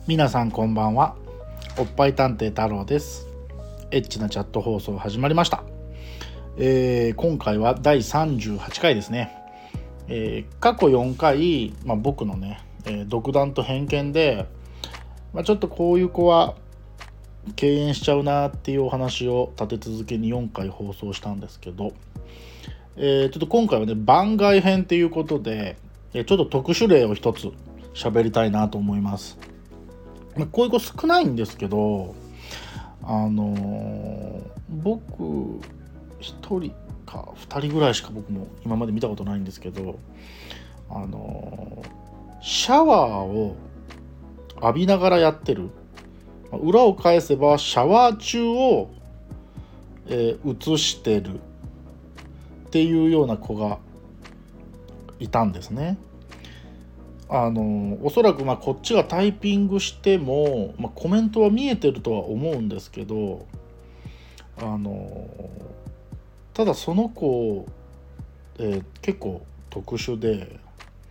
皆さんこんばんは。おっぱい探偵太郎です。エッチなチャット放送始まりました。今回は第38回ですね。過去4回、僕のね、独断と偏見で、ちょっとこういう子は敬遠しちゃうなっていうお話を立て続けに4回放送したんですけど、ちょっと今回はね番外編ということで、ちょっと特殊例を一つ喋りたいなと思います。こういう子少ないんですけど、僕1人か2人ぐらいしか僕も今まで見たことないんですけど、シャワーを浴びながらやってる、裏を返せばシャワー中を、映してるっていうような子がいたんですね。おそらくこっちがタイピングしても、コメントは見えてるとは思うんですけど、ただその子、結構特殊で、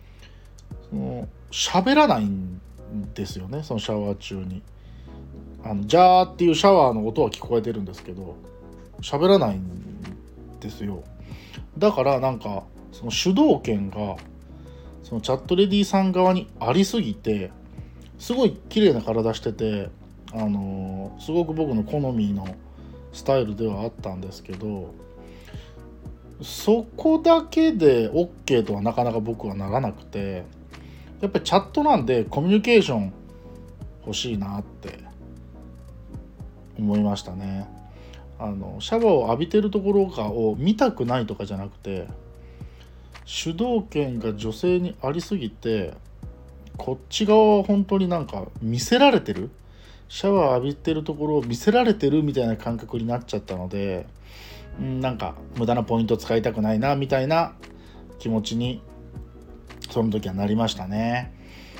喋らないんですよね。そのシャワー中にジャーっていうシャワーの音は聞こえてるんですけど喋らないんですよ。だからその主導権がそのチャットレディさん側にありすぎて、すごい綺麗な体してて、すごく僕の好みのスタイルではあったんですけど、そこだけで OK とはなかなか僕はならなくて、やっぱりチャットなんでコミュニケーション欲しいなって思いましたね。シャワーを浴びてるところを見たくないとかじゃなくて、主導権が女性にありすぎて、こっち側は本当に見せられてる、シャワー浴びてるところを見せられてるみたいな感覚になっちゃったので、無駄なポイント使いたくないなみたいな気持ちにその時はなりましたね。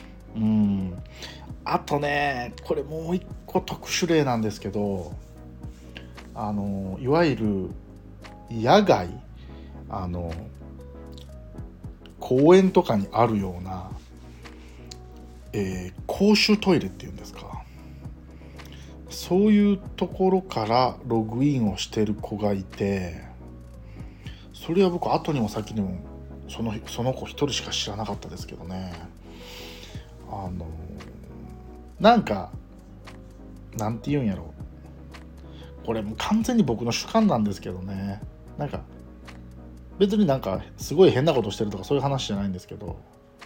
あとね、これもう一個特殊例なんですけど、いわゆる野外公園とかにあるような、公衆トイレっていうんですか、そういうところからログインをしてる子がいて、それは僕後にも先にもその子一人しか知らなかったですけどね。なんて言うんやろ、これもう完全に僕の主観なんですけどね、別にすごい変なことしてるとかそういう話じゃないんですけど、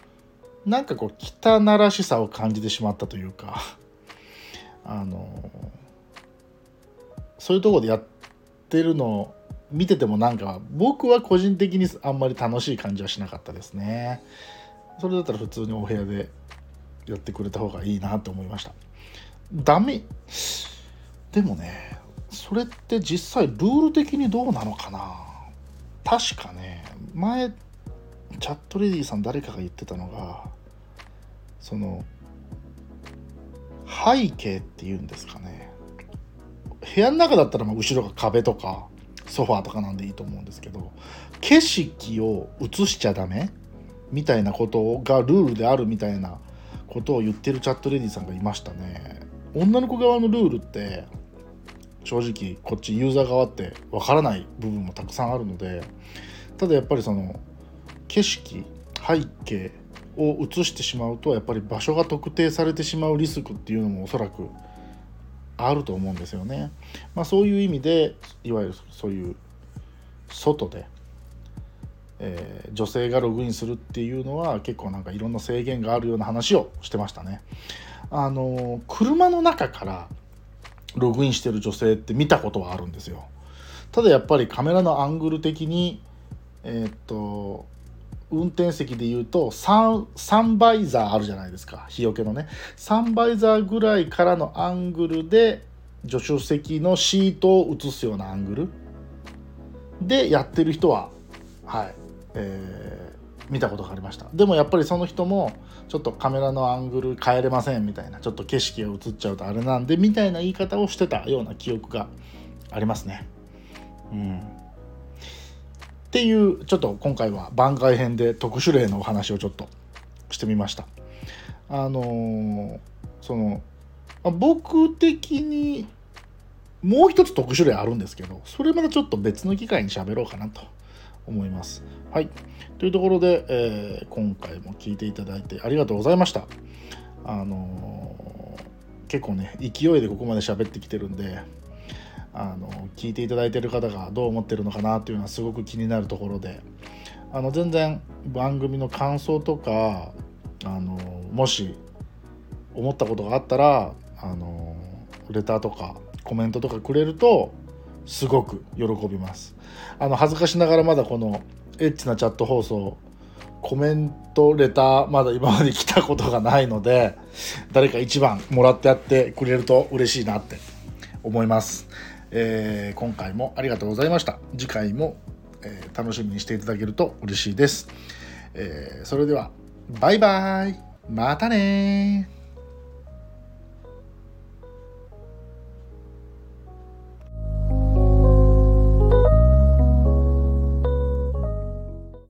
汚らしさを感じてしまったというか、そういうところでやってるのを見てても僕は個人的にあんまり楽しい感じはしなかったですね。それだったら普通にお部屋でやってくれた方がいいなと思いました。でもね、それって実際ルール的にどうなのかな。確かね、前チャットレディさん誰かが言ってたのが、その背景っていうんですかね、部屋の中だったら後ろが壁とかソファーとかなんでいいと思うんですけど、景色を映しちゃダメみたいなことがルールであるみたいなことを言ってるチャットレディさんがいましたね。女の子側のルールって正直こっちユーザー側ってわからない部分もたくさんあるので、ただやっぱりその景色背景を映してしまうと、やっぱり場所が特定されてしまうリスクっていうのもおそらくあると思うんですよね。そういう意味でいわゆるそういう外で、女性がログインするっていうのは結構いろんな制限があるような話をしてましたね。車の中からログインしてる女性って見たことはあるんですよ。ただやっぱりカメラのアングル的に運転席でいうと3バイザーあるじゃないですか、日よけのね。3バイザーぐらいからのアングルで助手席のシートを映すようなアングルでやってる人は見たことがありました。でもやっぱりその人もちょっとカメラのアングル変えれませんみたいな、ちょっと景色が映っちゃうとあれなんでみたいな言い方をしてたような記憶がありますね。っていうちょっと今回は番外編で特殊例のお話をちょっとしてみました。 僕的にもう一つ特殊例あるんですけど、それまたちょっと別の機会に喋ろうかなと思います。はい。というところで、今回も聞いていただいてありがとうございました。結構ね、勢いでここまで喋ってきてるんで、聞いていただいている方がどう思ってるのかなっていうのはすごく気になるところで、全然番組の感想とか、もし思ったことがあったら、レターとかコメントとかくれるとすごく喜びます。恥ずかしながらまだこのエッチなチャット放送コメントレターまだ今まで来たことがないので、誰か一番もらってやってくれると嬉しいなって思います。今回もありがとうございました。次回も、楽しみにしていただけると嬉しいです。それではバイバイ、またね。